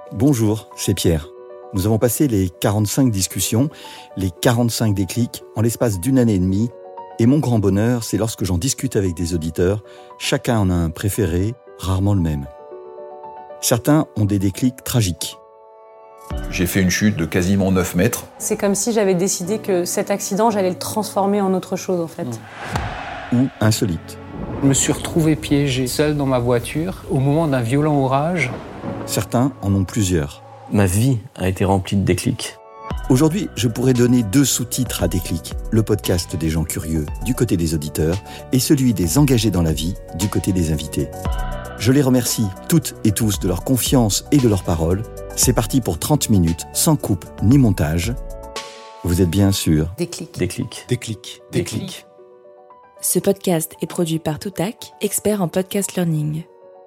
Bonjour, c'est Pierre. Nous avons passé les 45 discussions, les 45 déclics en l'espace d'une année et demie. Et mon grand bonheur, c'est lorsque j'en discute avec des auditeurs, chacun en a un préféré, rarement le même. Certains ont des déclics tragiques. J'ai fait une chute de quasiment 9 mètres. C'est comme si j'avais décidé que cet accident, j'allais le transformer en autre chose, en fait. Ou insolites. Je me suis retrouvé piégé seul dans ma voiture au moment d'un violent orage. Certains en ont plusieurs. Ma vie a été remplie de déclics. Aujourd'hui, je pourrais donner 2 sous-titres à Déclic, le podcast des gens curieux du côté des auditeurs et celui des engagés dans la vie du côté des invités. Je les remercie toutes et tous de leur confiance et de leurs paroles. C'est parti pour 30 minutes, sans coupe ni montage. Vous êtes bien sûr Déclic. Déclic. Déclic. Déclic. Ce podcast est produit par Toutac, expert en podcast learning.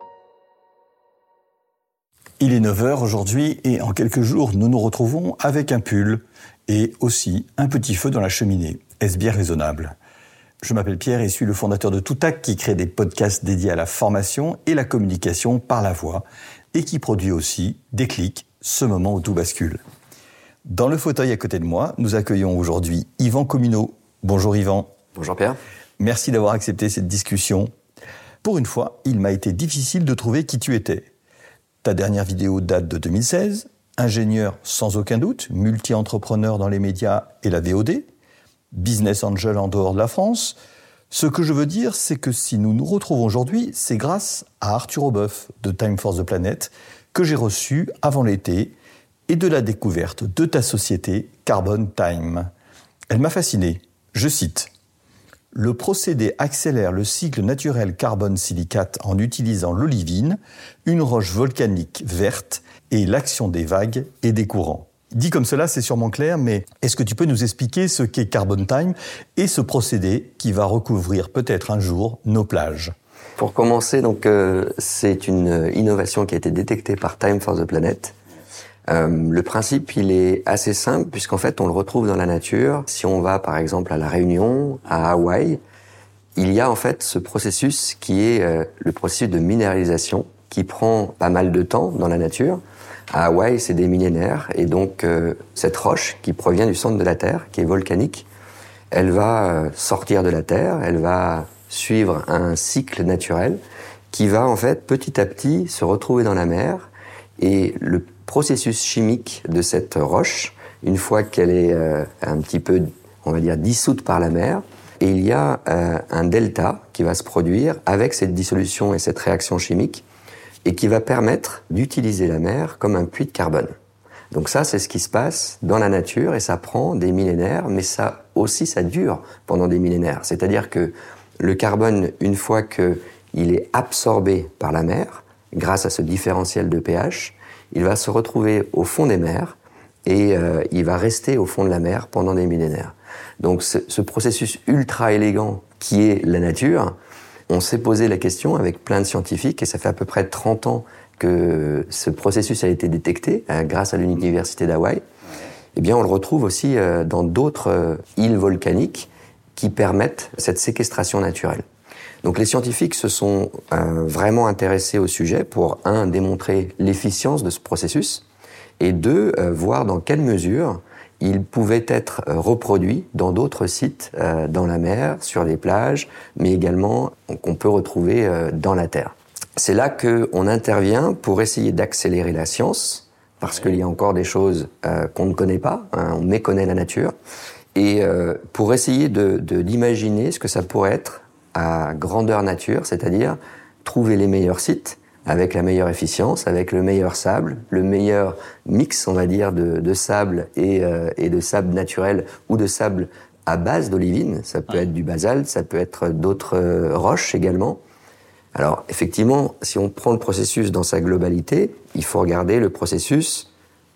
Il est 9h aujourd'hui et en quelques jours, nous nous retrouvons avec un pull et aussi un petit feu dans la cheminée. Est-ce bien raisonnable ? Je m'appelle Pierre et suis le fondateur de Toutac qui crée des podcasts dédiés à la formation et la communication par la voix et qui produit aussi Déclic, ce moment où tout bascule. Dans le fauteuil à côté de moi, nous accueillons aujourd'hui Yvan Communot. Bonjour Yvan. Bonjour Pierre. Merci d'avoir accepté cette discussion. Pour une fois, il m'a été difficile de trouver qui tu étais. Ta dernière vidéo date de 2016, ingénieur sans aucun doute, multi-entrepreneur dans les médias et la VOD, business angel en dehors de la France. Ce que je veux dire, c'est que si nous nous retrouvons aujourd'hui, c'est grâce à Arthur Aubeuf de Time for the Planet que j'ai reçu avant l'été et de la découverte de ta société Carbon Time. Elle m'a fasciné. Je cite. Le procédé accélère le cycle naturel carbone-silicate en utilisant l'olivine, une roche volcanique verte, et l'action des vagues et des courants. Dit comme cela, c'est sûrement clair, mais est-ce que tu peux nous expliquer ce qu'est Carbon Time et ce procédé qui va recouvrir peut-être un jour nos plages ? Pour commencer, c'est une innovation qui a été détectée par Time for the Planet. Le principe, il est assez simple puisqu'en fait, on le retrouve dans la nature. Si on va par exemple à La Réunion, à Hawaï, il y a en fait ce processus qui est le processus de minéralisation qui prend pas mal de temps dans la nature. À Hawaï, c'est des millénaires et donc cette roche qui provient du centre de la Terre, qui est volcanique, elle va sortir de la Terre, elle va suivre un cycle naturel qui va en fait petit à petit se retrouver dans la mer et le processus chimique de cette roche, une fois qu'elle est un petit peu, on va dire, dissoute par la mer, et il y a un delta qui va se produire avec cette dissolution et cette réaction chimique, et qui va permettre d'utiliser la mer comme un puits de carbone. Donc ça, c'est ce qui se passe dans la nature, et ça prend des millénaires, mais ça aussi, ça dure pendant des millénaires. C'est-à-dire que le carbone, une fois qu'il est absorbé par la mer, grâce à ce différentiel de pH, il va se retrouver au fond des mers et il va rester au fond de la mer pendant des millénaires. Donc ce processus ultra élégant qui est la nature, on s'est posé la question avec plein de scientifiques et ça fait à peu près 30 ans que ce processus a été détecté grâce à l'Université d'Hawaï. Eh bien, on le retrouve aussi dans d'autres îles volcaniques qui permettent cette séquestration naturelle. Donc les scientifiques se sont vraiment intéressés au sujet pour, un, démontrer l'efficience de ce processus, et deux, voir dans quelle mesure il pouvait être reproduit dans d'autres sites dans la mer, sur des plages, mais également qu'on peut retrouver dans la Terre. C'est là qu'on intervient pour essayer d'accélérer la science, parce qu'il y a encore des choses qu'on ne connaît pas, on méconnaît la nature, et pour essayer d'imaginer ce que ça pourrait être à grandeur nature, c'est-à-dire trouver les meilleurs sites avec la meilleure efficience, avec le meilleur sable, le meilleur mix, on va dire, de sable et de sable naturel ou de sable à base d'olivine. Ça peut être du basalte, ça peut être d'autres roches également. Alors, effectivement, si on prend le processus dans sa globalité, il faut regarder le processus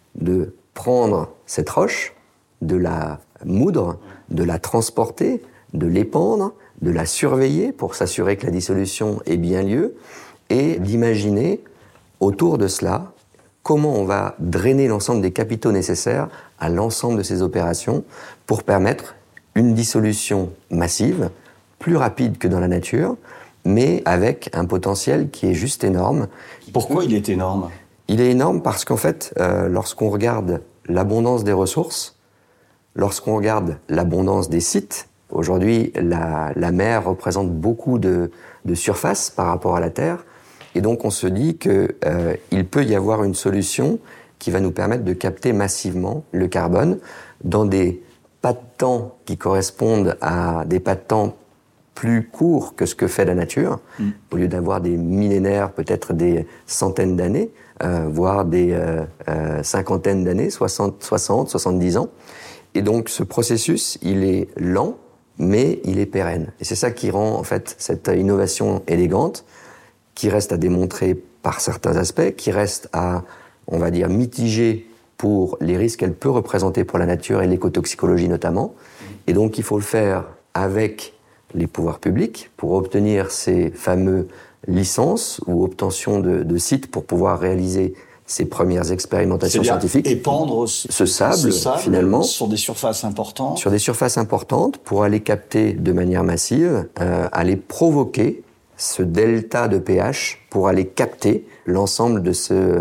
de prendre cette roche, de la moudre, de la transporter, de l'épandre, de la surveiller pour s'assurer que la dissolution ait bien lieu et d'imaginer autour de cela comment on va drainer l'ensemble des capitaux nécessaires à l'ensemble de ces opérations pour permettre une dissolution massive, plus rapide que dans la nature, mais avec un potentiel qui est juste énorme. Pourquoi il est énorme ? Il est énorme parce qu'en fait, lorsqu'on regarde l'abondance des ressources, lorsqu'on regarde l'abondance des sites, aujourd'hui, la mer représente beaucoup de surface par rapport à la Terre, et donc on se dit qu'il peut y avoir une solution qui va nous permettre de capter massivement le carbone dans des pas de temps qui correspondent à des pas de temps plus courts que ce que fait la nature, au lieu d'avoir des millénaires, peut-être des centaines d'années, voire des cinquantaines d'années, 60, 70 ans. Et donc ce processus, il est lent, mais il est pérenne. Et c'est ça qui rend en fait cette innovation élégante, qui reste à démontrer par certains aspects, qui reste à, on va dire, mitiger pour les risques qu'elle peut représenter pour la nature et l'écotoxicologie notamment. Et donc il faut le faire avec les pouvoirs publics pour obtenir ces fameux licences ou obtention de sites pour pouvoir réaliser ces premières expérimentations scientifiques. Épandre ce sable, finalement, sur des surfaces importantes. Sur des surfaces importantes pour aller capter de manière massive, aller provoquer ce delta de pH pour aller capter l'ensemble de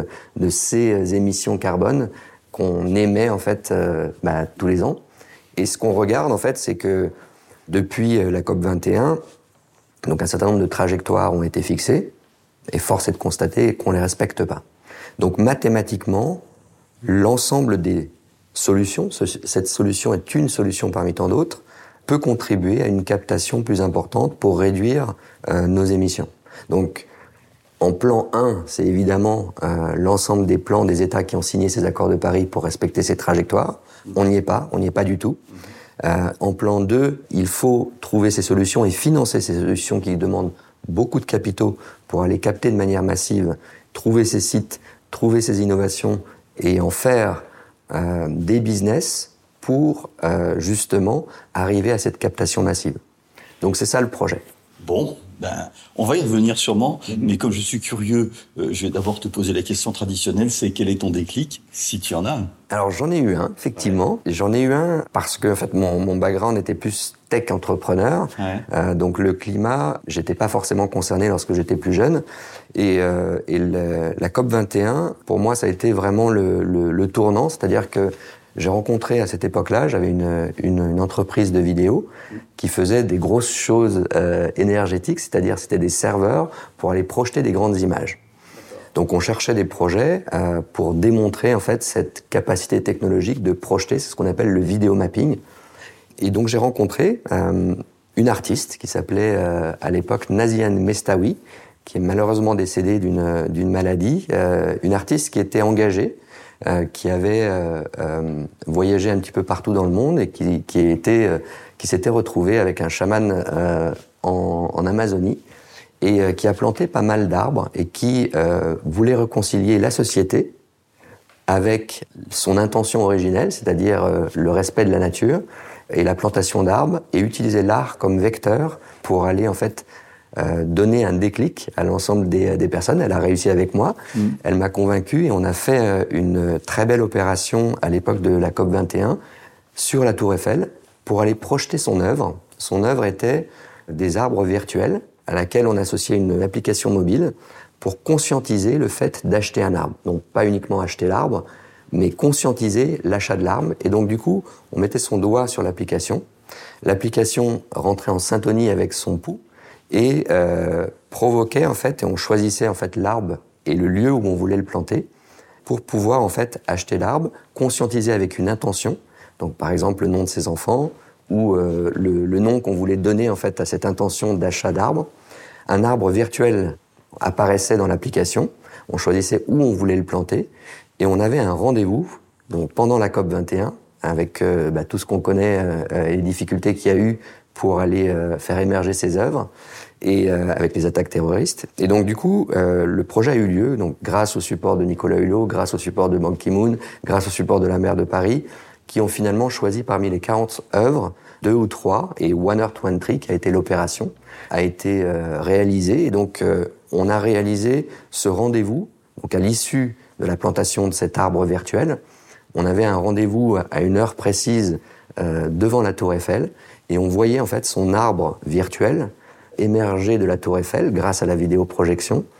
ces émissions carbone qu'on émet en fait tous les ans. Et ce qu'on regarde en fait, c'est que depuis la COP21, donc un certain nombre de trajectoires ont été fixées, et force est de constater qu'on les respecte pas. Donc mathématiquement, l'ensemble des solutions, cette solution est une solution parmi tant d'autres, peut contribuer à une captation plus importante pour réduire nos émissions. Donc en plan 1, c'est évidemment l'ensemble des plans des États qui ont signé ces accords de Paris pour respecter ces trajectoires. On n'y est pas du tout. En plan 2, il faut trouver ces solutions et financer ces solutions qui demandent beaucoup de capitaux pour aller capter de manière massive, trouver ces sites, trouver ces innovations et en faire des business pour justement arriver à cette captation massive. Donc c'est ça le projet. Bon, on va y revenir sûrement, mais comme je suis curieux, je vais d'abord te poser la question traditionnelle, c'est quel est ton déclic, si tu en as un? Alors j'en ai eu un, effectivement. Ouais. J'en ai eu un parce que en fait, mon background était plus tech entrepreneur. Ouais. Donc le climat, j'étais pas forcément concerné lorsque j'étais plus jeune. Et la COP21, pour moi, ça a été vraiment le tournant, c'est-à-dire que j'ai rencontré à cette époque-là, j'avais une entreprise de vidéo qui faisait des grosses choses énergétiques, c'est-à-dire c'était des serveurs pour aller projeter des grandes images. Donc on cherchait des projets pour démontrer en fait cette capacité technologique de projeter, c'est ce qu'on appelle le vidéo mapping. Et donc j'ai rencontré une artiste qui s'appelait à l'époque Naziane Mestaoui, qui est malheureusement décédée d'une maladie, une artiste qui était engagée, qui avait voyagé un petit peu partout dans le monde et qui s'était retrouvé avec un chaman en Amazonie et qui a planté pas mal d'arbres et qui voulait réconcilier la société avec son intention originelle, c'est-à-dire le respect de la nature et la plantation d'arbres, et utiliser l'art comme vecteur pour aller en fait donner un déclic à l'ensemble des personnes. Elle a réussi avec moi, elle m'a convaincu et on a fait une très belle opération à l'époque de la COP21 sur la Tour Eiffel pour aller projeter son œuvre. Son œuvre était des arbres virtuels à laquelle on associait une application mobile pour conscientiser le fait d'acheter un arbre. Donc pas uniquement acheter l'arbre, mais conscientiser l'achat de l'arbre. Et donc du coup, on mettait son doigt sur l'application. L'application rentrait en syntonie avec son pouls et provoquait en fait, et on choisissait en fait l'arbre et le lieu où on voulait le planter pour pouvoir en fait acheter l'arbre, conscientiser avec une intention, donc par exemple le nom de ses enfants ou le nom qu'on voulait donner en fait à cette intention d'achat d'arbre. Un arbre virtuel apparaissait dans l'application, on choisissait où on voulait le planter et on avait un rendez-vous donc pendant la COP21 avec tout ce qu'on connaît et les difficultés qu'il y a eu pour aller faire émerger ces œuvres et avec les attaques terroristes. Et donc du coup, le projet a eu lieu donc grâce au support de Nicolas Hulot, grâce au support de Ban Ki-moon, grâce au support de la maire de Paris, qui ont finalement choisi parmi les 40 œuvres 2 ou 3, et One Earth One Tree, qui a été l'opération, a été réalisé. Et donc on a réalisé ce rendez-vous. Donc à l'issue de la plantation de cet arbre virtuel, on avait un rendez-vous à une heure précise devant la Tour Eiffel, et on voyait en fait son arbre virtuel émerger de la Tour Eiffel grâce à la vidéoprojection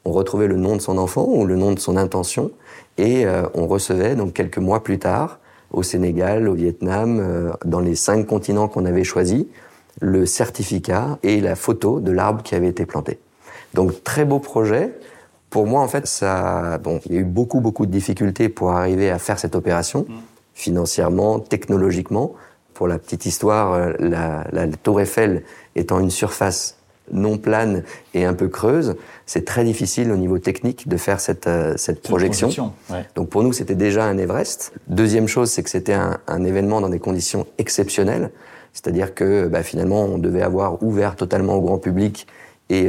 on retrouvait le nom de son enfant ou le nom de son intention, et on recevait donc quelques mois plus tard, au Sénégal, au Vietnam, dans les 5 continents qu'on avait choisis, le certificat et la photo de l'arbre qui avait été planté. Donc très beau projet. Pour moi, en fait, il y a eu beaucoup de difficultés pour arriver à faire cette opération, financièrement, technologiquement. Pour la petite histoire, la Tour Eiffel étant une surface non plane et un peu creuse, c'est très difficile au niveau technique de faire cette projection. Ouais. Donc pour nous, c'était déjà un Everest. Deuxième chose, c'est que c'était un événement dans des conditions exceptionnelles, c'est-à-dire que finalement, on devait avoir ouvert totalement au grand public, et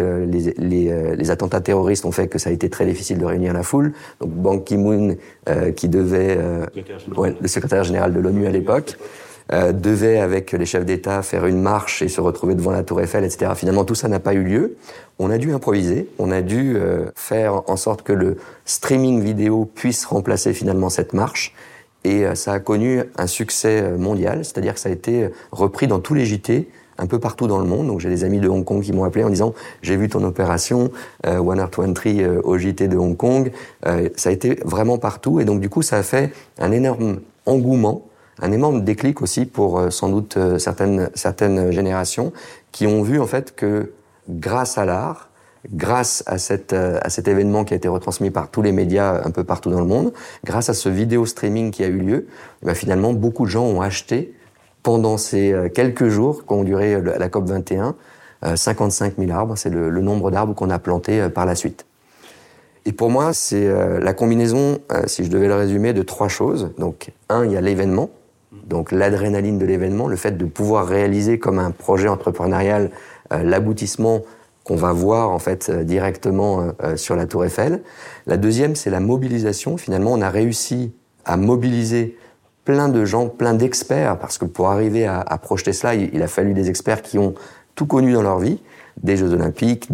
les attentats terroristes ont fait que ça a été très difficile de réunir la foule. Donc Ban Ki-moon, qui devait, le secrétaire général de l'ONU à l'époque, devait, avec les chefs d'État, faire une marche et se retrouver devant la Tour Eiffel, etc. Finalement, tout ça n'a pas eu lieu. On a dû improviser, on a dû faire en sorte que le streaming vidéo puisse remplacer finalement cette marche. Et ça a connu un succès mondial, c'est-à-dire que ça a été repris dans tous les JT, un peu partout dans le monde. Donc j'ai des amis de Hong Kong qui m'ont appelé en disant « J'ai vu ton opération, One Earth One Tree au JT de Hong Kong ». Ça a été vraiment partout. Et donc du coup, ça a fait un énorme engouement, un énorme déclic aussi pour sans doute certaines générations qui ont vu en fait que grâce à l'art, grâce à cet événement qui a été retransmis par tous les médias un peu partout dans le monde, grâce à ce vidéo streaming qui a eu lieu, finalement beaucoup de gens ont acheté pendant ces quelques jours qu'ont duré la COP21, 55 000 arbres, c'est le nombre d'arbres qu'on a plantés par la suite. Et pour moi, c'est la combinaison, si je devais le résumer, de 3 choses. Donc, il y a l'événement, donc l'adrénaline de l'événement, le fait de pouvoir réaliser comme un projet entrepreneurial l'aboutissement qu'on va voir en fait directement sur la Tour Eiffel. La deuxième, c'est la mobilisation. Finalement, on a réussi à mobiliser plein de gens, plein d'experts, parce que pour arriver à projeter cela, il a fallu des experts qui ont tout connu dans leur vie, des Jeux Olympiques,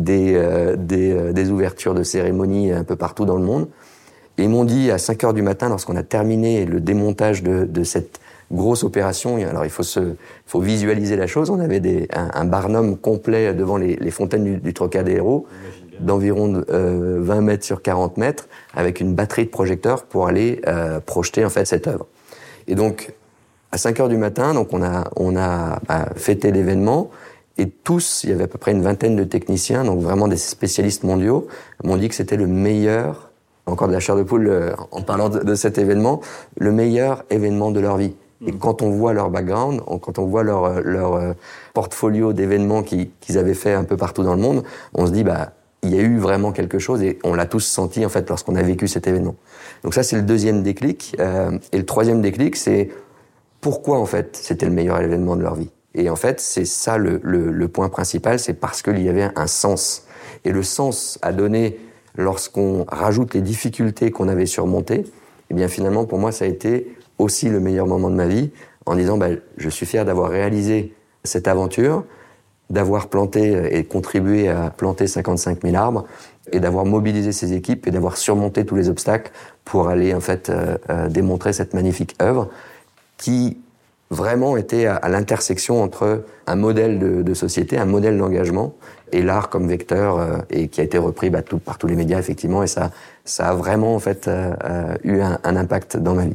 des ouvertures de cérémonies un peu partout dans le monde. Et ils m'ont dit à 5h du matin, lorsqu'on a terminé le démontage de cette grosse opération, alors il faut visualiser la chose, on avait un barnum complet devant les fontaines du Trocadéro, d'environ 20 mètres sur 40 mètres, avec une batterie de projecteurs pour aller projeter en fait cette œuvre. Et donc, à 5h du matin, donc on a fêté l'événement, et tous, il y avait à peu près une vingtaine de techniciens, donc vraiment des spécialistes mondiaux, m'ont dit que c'était le meilleur, encore de la chair de poule en parlant de cet événement, le meilleur événement de leur vie. Et quand on voit leur background, quand on voit leur portfolio d'événements qu'ils avaient fait un peu partout dans le monde, on se dit, il y a eu vraiment quelque chose, et on l'a tous senti, en fait, lorsqu'on a vécu cet événement. Donc ça, c'est le deuxième déclic. Et le troisième déclic, c'est pourquoi, en fait, c'était le meilleur événement de leur vie. Et en fait, c'est ça le point principal, c'est parce qu'il y avait un sens. Et le sens à donner lorsqu'on rajoute les difficultés qu'on avait surmontées, eh bien, finalement, pour moi, ça a été aussi le meilleur moment de ma vie, en disant, je suis fier d'avoir réalisé cette aventure, d'avoir planté et contribué à planter 55 000 arbres, et d'avoir mobilisé ces équipes et d'avoir surmonté tous les obstacles pour aller en fait démontrer cette magnifique œuvre qui vraiment était à l'intersection entre un modèle de société, un modèle d'engagement et l'art comme vecteur et qui a été repris par tous les médias effectivement, et ça a vraiment en fait eu un impact dans ma vie.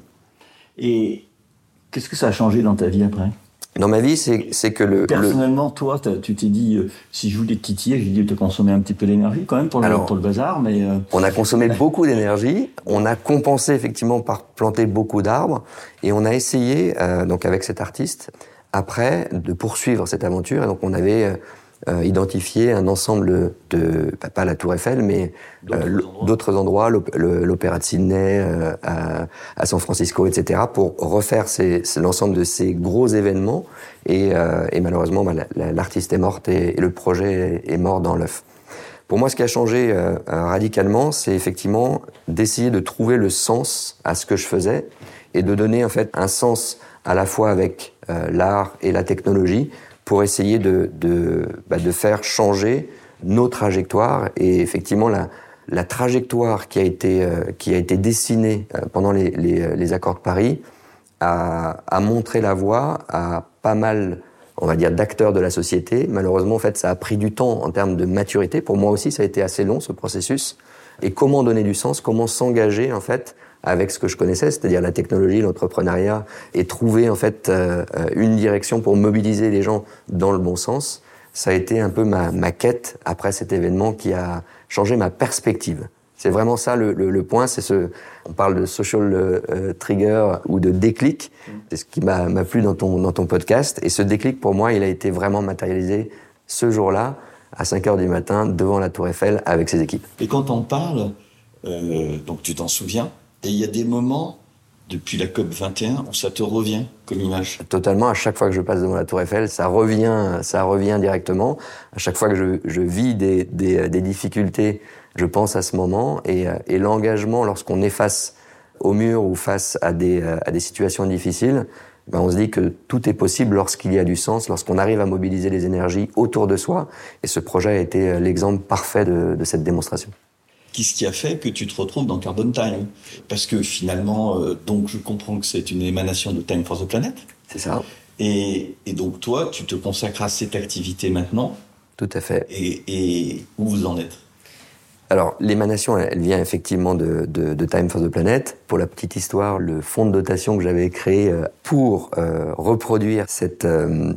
Et qu'est-ce que ça a changé dans ta vie après ? Dans ma vie, c'est que Personnellement, toi, tu t'es dit, si je voulais te titiller, j'ai dit de consommer un petit peu d'énergie quand même pour le bazar, mais... On a consommé beaucoup d'énergie, on a compensé effectivement par planter beaucoup d'arbres, et on a essayé, donc avec cet artiste, après, de poursuivre cette aventure, et donc on avait identifié un ensemble pas la Tour Eiffel, mais d'autres endroits, l'Opéra de Sydney, à San Francisco, etc., pour refaire l'ensemble de ces gros événements. Et malheureusement, l'artiste est morte et le projet est mort dans l'œuf. Pour moi, ce qui a changé radicalement, c'est effectivement d'essayer de trouver le sens à ce que je faisais et de donner en fait un sens à la fois avec l'art et la technologie, pour essayer de faire changer nos trajectoires. Et effectivement, la trajectoire qui a été dessinée pendant les accords de Paris a montré la voie à pas mal, on va dire, d'acteurs de la société. Malheureusement, en fait, ça a pris du temps en termes de maturité. Pour moi aussi, ça a été assez long, ce processus. et comment donner du sens, comment s'engager en fait avec ce que je connaissais, c'est-à-dire la technologie, l'entrepreneuriat, et trouver en fait une direction pour mobiliser les gens dans le bon sens. Ça a été un peu ma quête après cet événement qui a changé ma perspective. C'est vraiment ça le point, on parle de social trigger ou de déclic, c'est ce qui m'a plu dans ton podcast, et ce déclic pour moi, il a été vraiment matérialisé ce jour-là, à 5h du matin, devant la Tour Eiffel, avec ses équipes. Et quand on parle, donc tu t'en souviens, et il y a des moments, depuis la COP 21, où ça te revient comme image. Totalement, à chaque fois que je passe devant la Tour Eiffel, ça revient directement. À chaque fois que je vis des difficultés, je pense à ce moment, et l'engagement, lorsqu'on est face au mur ou face à des situations difficiles, ben on se dit que tout est possible lorsqu'il y a du sens, lorsqu'on arrive à mobiliser les énergies autour de soi. Et ce projet a été l'exemple parfait de cette démonstration. Qu'est-ce qui a fait que tu te retrouves dans Carbon Time? Parce que finalement, donc je comprends que c'est une émanation de Time for the Planet. C'est ça. Et donc toi, tu te consacres à cette activité maintenant. Tout à fait. Et où vous en êtes? Alors, l'émanation, elle vient effectivement de Time for the Planet. Pour la petite histoire, le fonds de dotation que j'avais créé pour reproduire cette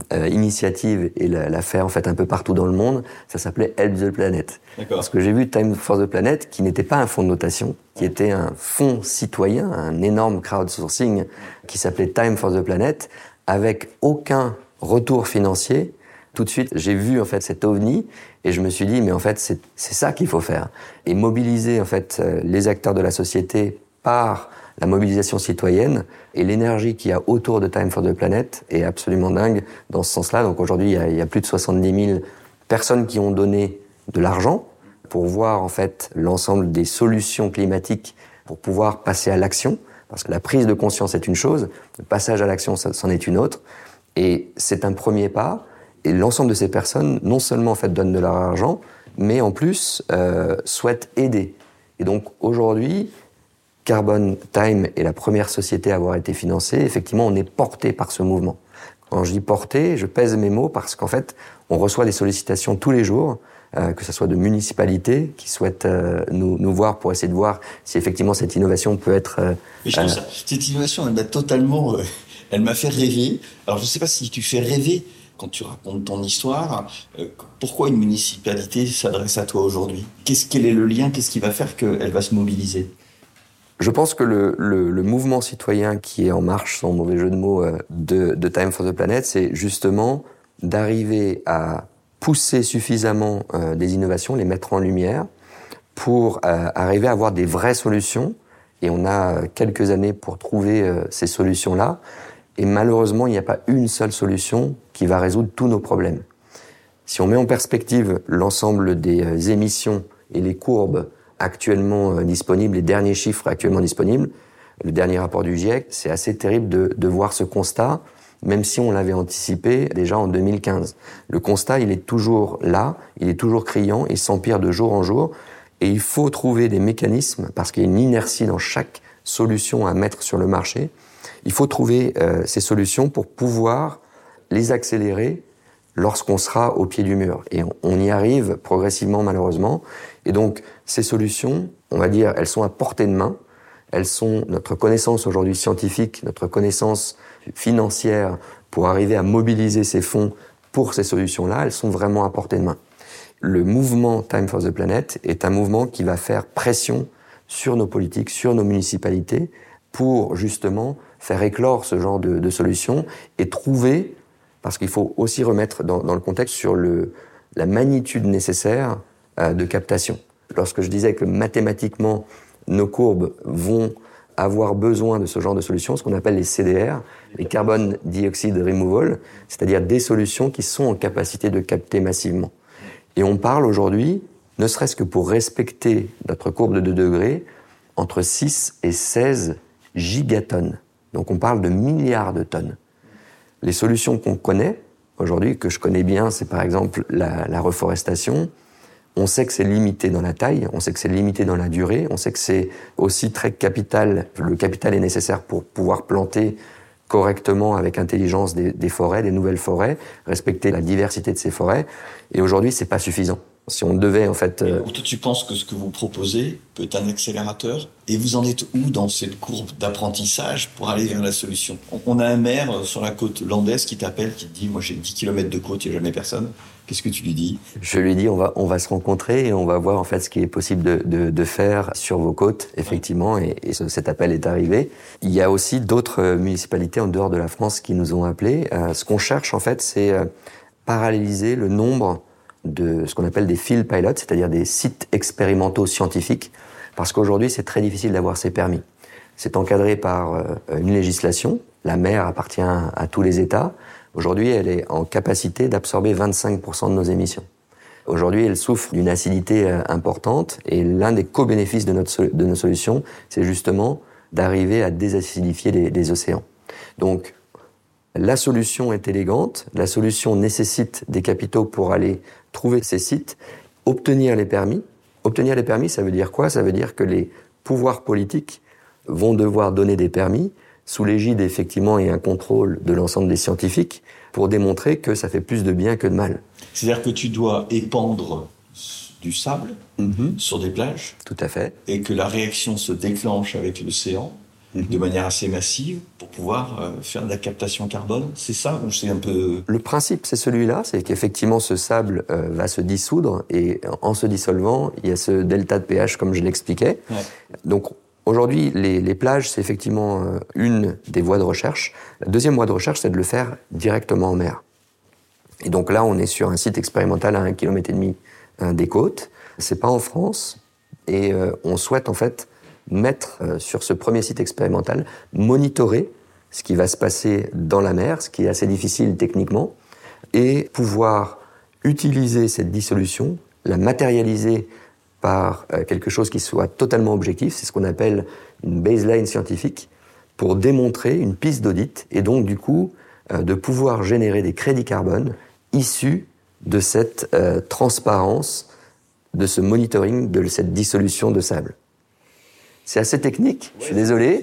initiative et la faire en fait un peu partout dans le monde, ça s'appelait Help the Planet. D'accord. Parce que j'ai vu Time for the Planet, qui n'était pas un fonds de dotation, qui était un fonds citoyen, un énorme crowdsourcing qui s'appelait Time for the Planet, avec aucun retour financier. Tout de suite, j'ai vu en fait cet ovni et je me suis dit mais en fait c'est ça qu'il faut faire et mobiliser en fait les acteurs de la société par la mobilisation citoyenne et l'énergie qu'il y a autour de Time for the Planet est absolument dingue dans ce sens-là. Donc aujourd'hui, il y a plus de 70 000 personnes qui ont donné de l'argent pour voir en fait l'ensemble des solutions climatiques pour pouvoir passer à l'action, parce que la prise de conscience est une chose, le passage à l'action c'en est une autre, et c'est un premier pas. Et l'ensemble de ces personnes, non seulement en fait donnent de leur argent, mais en plus souhaitent aider. Et donc aujourd'hui, Carbon Time est la première société à avoir été financée. Effectivement, on est porté par ce mouvement. Quand je dis porté, je pèse mes mots parce qu'en fait, on reçoit des sollicitations tous les jours, que ce soit de municipalités qui souhaitent nous voir pour essayer de voir si effectivement cette innovation peut être... Mais je trouve ça, cette innovation, elle m'a totalement... elle m'a fait rêver. Alors je ne sais pas si tu fais rêver quand tu racontes ton histoire, pourquoi une municipalité s'adresse à toi aujourd'hui? Quel est le lien? Qu'est-ce qui va faire qu'elle va se mobiliser? Je pense que le mouvement citoyen qui est en marche, sans mauvais jeu de mots, de Time for the Planet, c'est justement d'arriver à pousser suffisamment des innovations, les mettre en lumière, pour arriver à avoir des vraies solutions. Et on a quelques années pour trouver ces solutions-là. Et malheureusement, il n'y a pas une seule solution qui va résoudre tous nos problèmes. Si on met en perspective l'ensemble des émissions et les courbes actuellement disponibles, les derniers chiffres actuellement disponibles, le dernier rapport du GIEC, c'est assez terrible de voir ce constat, même si on l'avait anticipé déjà en 2015. Le constat, il est toujours là, il est toujours criant, il s'empire de jour en jour, et il faut trouver des mécanismes, parce qu'il y a une inertie dans chaque solution à mettre sur le marché. Il faut trouver ces solutions pour pouvoir les accélérer lorsqu'on sera au pied du mur. Et on y arrive progressivement, malheureusement. Et donc, ces solutions, on va dire, elles sont à portée de main. Elles sont notre connaissance aujourd'hui scientifique, notre connaissance financière pour arriver à mobiliser ces fonds pour ces solutions-là. Elles sont vraiment à portée de main. Le mouvement Time for the Planet est un mouvement qui va faire pression sur nos politiques, sur nos municipalités, pour justement faire éclore ce genre de solutions et trouver, parce qu'il faut aussi remettre dans le contexte sur la magnitude nécessaire de captation. Lorsque je disais que mathématiquement, nos courbes vont avoir besoin de ce genre de solutions, ce qu'on appelle les CDR, les Carbon Dioxide Removal, c'est-à-dire des solutions qui sont en capacité de capter massivement. Et on parle aujourd'hui, ne serait-ce que pour respecter notre courbe de 2 degrés, entre 6 et 16 gigatonnes. Donc on parle de milliards de tonnes. Les solutions qu'on connaît aujourd'hui, que je connais bien, c'est par exemple la reforestation. On sait que c'est limité dans la taille, on sait que c'est limité dans la durée, on sait que c'est aussi très capital. Le capital est nécessaire pour pouvoir planter correctement, avec intelligence, des forêts, des nouvelles forêts, respecter la diversité de ces forêts. Et aujourd'hui, c'est pas suffisant. Si on devait en fait... Toi, tu penses que ce que vous proposez peut être un accélérateur, et vous en êtes où dans cette courbe d'apprentissage pour aller vers la solution? On a un maire sur la côte landaise qui t'appelle, qui te dit « Moi j'ai 10 km de côte, il n'y a jamais personne ». Qu'est-ce que tu lui dis? Je lui dis on va se rencontrer et on va voir en fait ce qui est possible de faire sur vos côtes, effectivement, et cet appel est arrivé. Il y a aussi d'autres municipalités en dehors de la France qui nous ont appelés. Ce qu'on cherche en fait, c'est paralléliser le nombre de ce qu'on appelle des field pilots, c'est-à-dire des sites expérimentaux scientifiques, parce qu'aujourd'hui c'est très difficile d'avoir ces permis. C'est encadré par une législation, la mer appartient à tous les États. Aujourd'hui, elle est en capacité d'absorber 25% de nos émissions. Aujourd'hui, elle souffre d'une acidité importante, et l'un des co-bénéfices de nos solutions, c'est justement d'arriver à désacidifier les océans. Donc, la solution est élégante, la solution nécessite des capitaux pour aller trouver ces sites, obtenir les permis. Obtenir les permis, ça veut dire quoi? Ça veut dire que les pouvoirs politiques vont devoir donner des permis sous l'égide, effectivement, et un contrôle de l'ensemble des scientifiques pour démontrer que ça fait plus de bien que de mal. C'est-à-dire que tu dois épandre du sable sur des plages. Tout à fait. Et que la réaction se déclenche avec l'océan de manière assez massive pour pouvoir faire de la captation carbone. C'est ça ou c'est un peu... Le principe, c'est celui-là, c'est qu'effectivement ce sable va se dissoudre, et en se dissolvant, il y a ce delta de pH comme je l'expliquais. Ouais. Donc aujourd'hui, les plages, c'est effectivement une des voies de recherche. La deuxième voie de recherche, c'est de le faire directement en mer. Et donc là, on est sur un site expérimental à 1,5 km des côtes. C'est pas en France, et on souhaite en fait mettre sur ce premier site expérimental, monitorer ce qui va se passer dans la mer, ce qui est assez difficile techniquement, et pouvoir utiliser cette dissolution, la matérialiser par quelque chose qui soit totalement objectif, c'est ce qu'on appelle une baseline scientifique, pour démontrer une piste d'audit, et donc du coup de pouvoir générer des crédits carbone issus de cette transparence, de ce monitoring, de cette dissolution de sable. C'est assez technique, je suis désolé,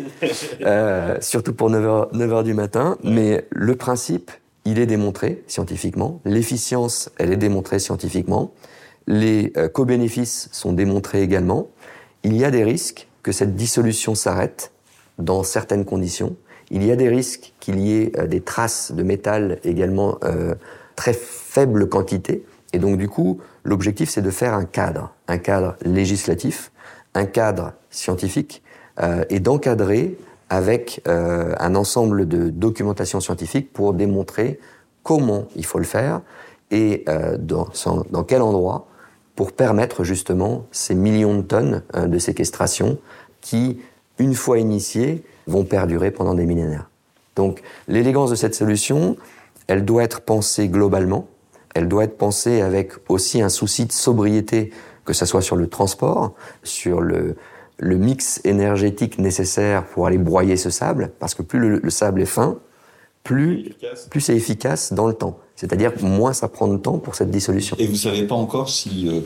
surtout pour 9h du matin, mais le principe, il est démontré scientifiquement, l'efficience, elle est démontrée scientifiquement, les co-bénéfices sont démontrés également. Il y a des risques que cette dissolution s'arrête dans certaines conditions. Il y a des risques qu'il y ait des traces de métal également très faible quantité. Et donc du coup, l'objectif, c'est de faire un cadre législatif, un cadre scientifique, et d'encadrer avec un ensemble de documentation scientifique pour démontrer comment il faut le faire et dans quel endroit, pour permettre justement ces millions de tonnes de séquestration qui, une fois initiées, vont perdurer pendant des millénaires. Donc l'élégance de cette solution, elle doit être pensée globalement, elle doit être pensée avec aussi un souci de sobriété, que ce soit sur le transport, sur le mix énergétique nécessaire pour aller broyer ce sable, parce que plus le sable est fin, plus c'est efficace dans le temps. C'est-à-dire moins ça prend de temps pour cette dissolution. Et vous savez pas encore si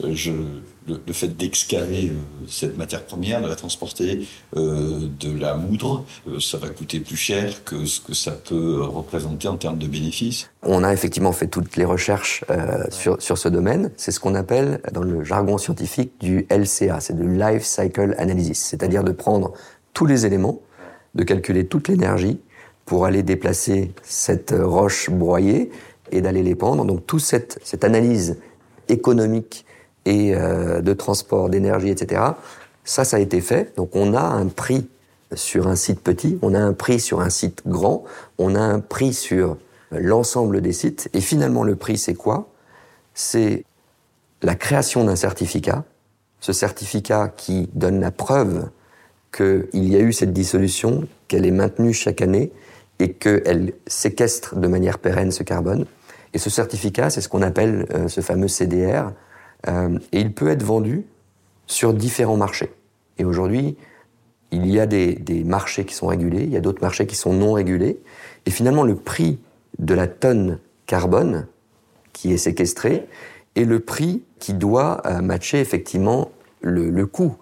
le fait d'excaver cette matière première, de la transporter, de la moudre, ça va coûter plus cher que ce que ça peut représenter en termes de bénéfices? On a effectivement fait toutes les recherches sur ce domaine. C'est ce qu'on appelle, dans le jargon scientifique, du LCA, c'est du Life Cycle Analysis, c'est-à-dire de prendre tous les éléments, de calculer toute l'énergie pour aller déplacer cette roche broyée et d'aller l'épandre. Donc toute cette analyse économique et de transport, d'énergie, etc., ça a été fait. Donc on a un prix sur un site petit, on a un prix sur un site grand, on a un prix sur l'ensemble des sites. Et finalement, le prix, c'est quoi? C'est la création d'un certificat. Ce certificat qui donne la preuve qu'il y a eu cette dissolution, qu'elle est maintenue chaque année et qu'elle séquestre de manière pérenne ce carbone. Et ce certificat, c'est ce qu'on appelle ce fameux CDR, et il peut être vendu sur différents marchés. Et aujourd'hui, il y a des marchés qui sont régulés, il y a d'autres marchés qui sont non régulés, et finalement le prix de la tonne carbone qui est séquestrée est le prix qui doit matcher effectivement le coût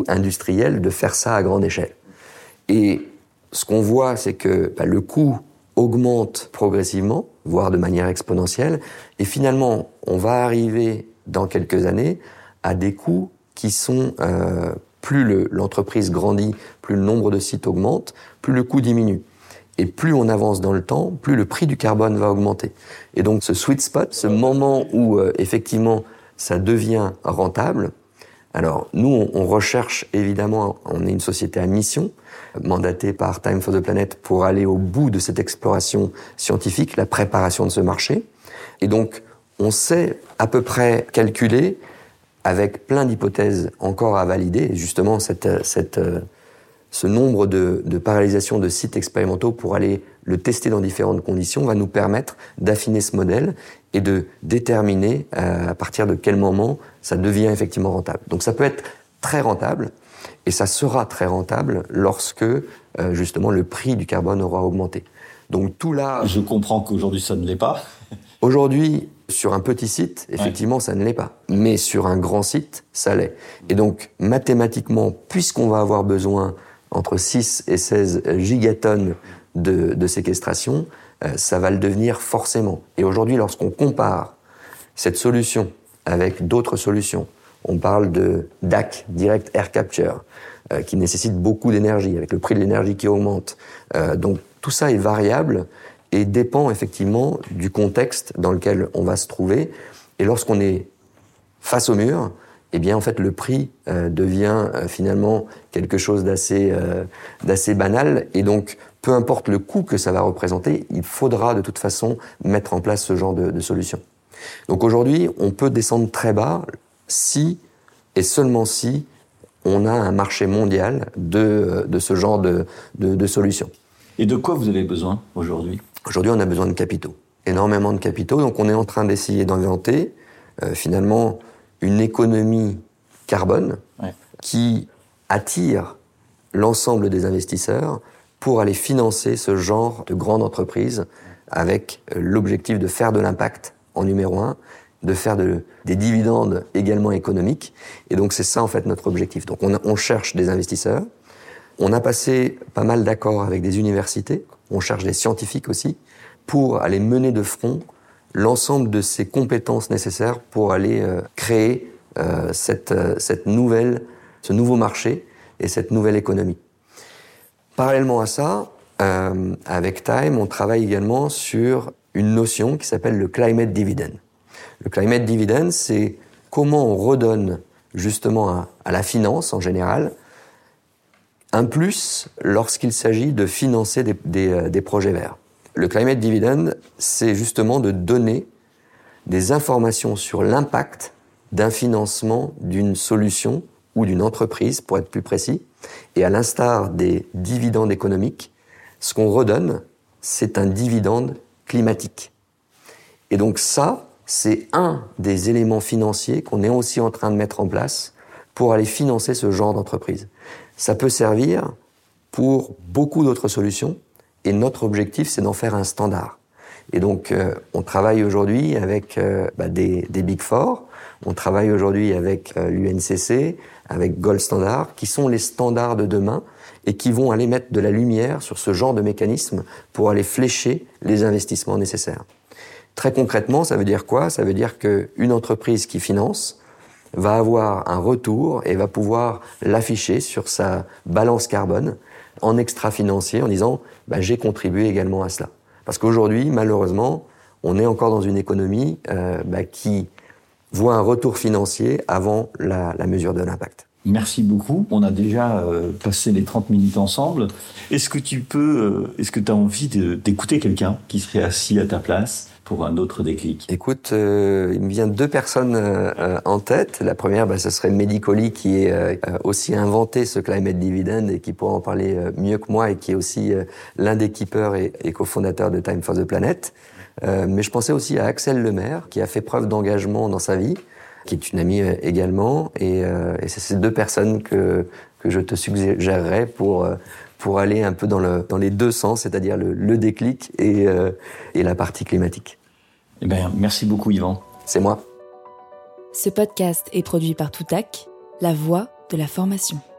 industriel de faire ça à grande échelle. Et ce qu'on voit, c'est que le coût augmente progressivement, voire de manière exponentielle, et finalement, on va arriver dans quelques années à des coûts qui sont, plus l'entreprise grandit, plus le nombre de sites augmente, plus le coût diminue. Et plus on avance dans le temps, plus le prix du carbone va augmenter. Et donc ce sweet spot, ce moment où effectivement ça devient rentable, alors nous on recherche évidemment, on est une société à mission, mandatée par Time for the Planet pour aller au bout de cette exploration scientifique, la préparation de ce marché. Et donc on sait à peu près calculer, avec plein d'hypothèses encore à valider, justement ce nombre de parallélisation de sites expérimentaux pour aller le tester dans différentes conditions va nous permettre d'affiner ce modèle et de déterminer à partir de quel moment ça devient effectivement rentable. Donc ça peut être très rentable et ça sera très rentable lorsque justement le prix du carbone aura augmenté. Donc tout là... Je comprends qu'aujourd'hui ça ne l'est pas. Aujourd'hui, sur un petit site, effectivement, ça ne l'est pas. Mais sur un grand site, ça l'est. Et donc, mathématiquement, puisqu'on va avoir besoin entre 6 et 16 gigatonnes de séquestration, ça va le devenir forcément. Et aujourd'hui, lorsqu'on compare cette solution avec d'autres solutions, on parle de DAC, Direct Air Capture, qui nécessite beaucoup d'énergie, avec le prix de l'énergie qui augmente. Donc, tout ça est variable et dépend effectivement du contexte dans lequel on va se trouver. Et lorsqu'on est face au mur, eh bien en fait le prix devient finalement quelque chose d'assez banal. Et donc peu importe le coût que ça va représenter, il faudra de toute façon mettre en place ce genre de solution. Donc aujourd'hui, on peut descendre très bas si et seulement si on a un marché mondial de ce genre de solutions. Et de quoi vous avez besoin aujourd'hui ? Aujourd'hui, on a besoin de capitaux, énormément de capitaux. Donc, on est en train d'essayer d'inventer finalement une économie carbone qui attire l'ensemble des investisseurs pour aller financer ce genre de grande entreprise avec l'objectif de faire de l'impact en numéro 1, de faire des dividendes également économiques. Et donc, c'est ça en fait notre objectif. Donc, on cherche des investisseurs. On a passé pas mal d'accords avec des universités, on cherche des scientifiques aussi, pour aller mener de front l'ensemble de ces compétences nécessaires pour aller créer ce nouveau marché et cette nouvelle économie. Parallèlement à ça, avec Time, on travaille également sur une notion qui s'appelle le climate dividend. Le climate dividend, c'est comment on redonne justement à la finance en général un plus lorsqu'il s'agit de financer des projets verts. Le climate dividend, c'est justement de donner des informations sur l'impact d'un financement d'une solution ou d'une entreprise, pour être plus précis. Et à l'instar des dividendes économiques, ce qu'on redonne, c'est un dividende climatique. Et donc ça, c'est un des éléments financiers qu'on est aussi en train de mettre en place pour aller financer ce genre d'entreprise. Ça peut servir pour beaucoup d'autres solutions et notre objectif, c'est d'en faire un standard. Et donc, on travaille aujourd'hui avec des Big Four, on travaille aujourd'hui avec l'UNCC, avec Gold Standard, qui sont les standards de demain et qui vont aller mettre de la lumière sur ce genre de mécanisme pour aller flécher les investissements nécessaires. Très concrètement, ça veut dire quoi ? Ça veut dire qu'une entreprise qui finance va avoir un retour et va pouvoir l'afficher sur sa balance carbone en extra-financier en disant « j'ai contribué également à cela ». Parce qu'aujourd'hui, malheureusement, on est encore dans une économie qui voit un retour financier avant la mesure de l'impact. Merci beaucoup. On a déjà passé les 30 minutes ensemble. Est-ce que tu as envie d'écouter quelqu'un qui serait assis à ta place pour un autre déclic? Écoute, il me vient 2 personnes en tête. La première, ce serait Medicoli, qui est aussi inventé ce climate dividend et qui pourra en parler mieux que moi et qui est aussi l'un des keepers et cofondateurs de Time for the Planet. Mais je pensais aussi à Axel Lemaire, qui a fait preuve d'engagement dans sa vie, qui est une amie également. Et c'est ces 2 personnes que je te suggérerais pour aller un peu dans les 2 sens, c'est-à-dire le déclic et la partie climatique. Eh bien, merci beaucoup, Yvan. C'est moi. Ce podcast est produit par Toutac, la voix de la formation.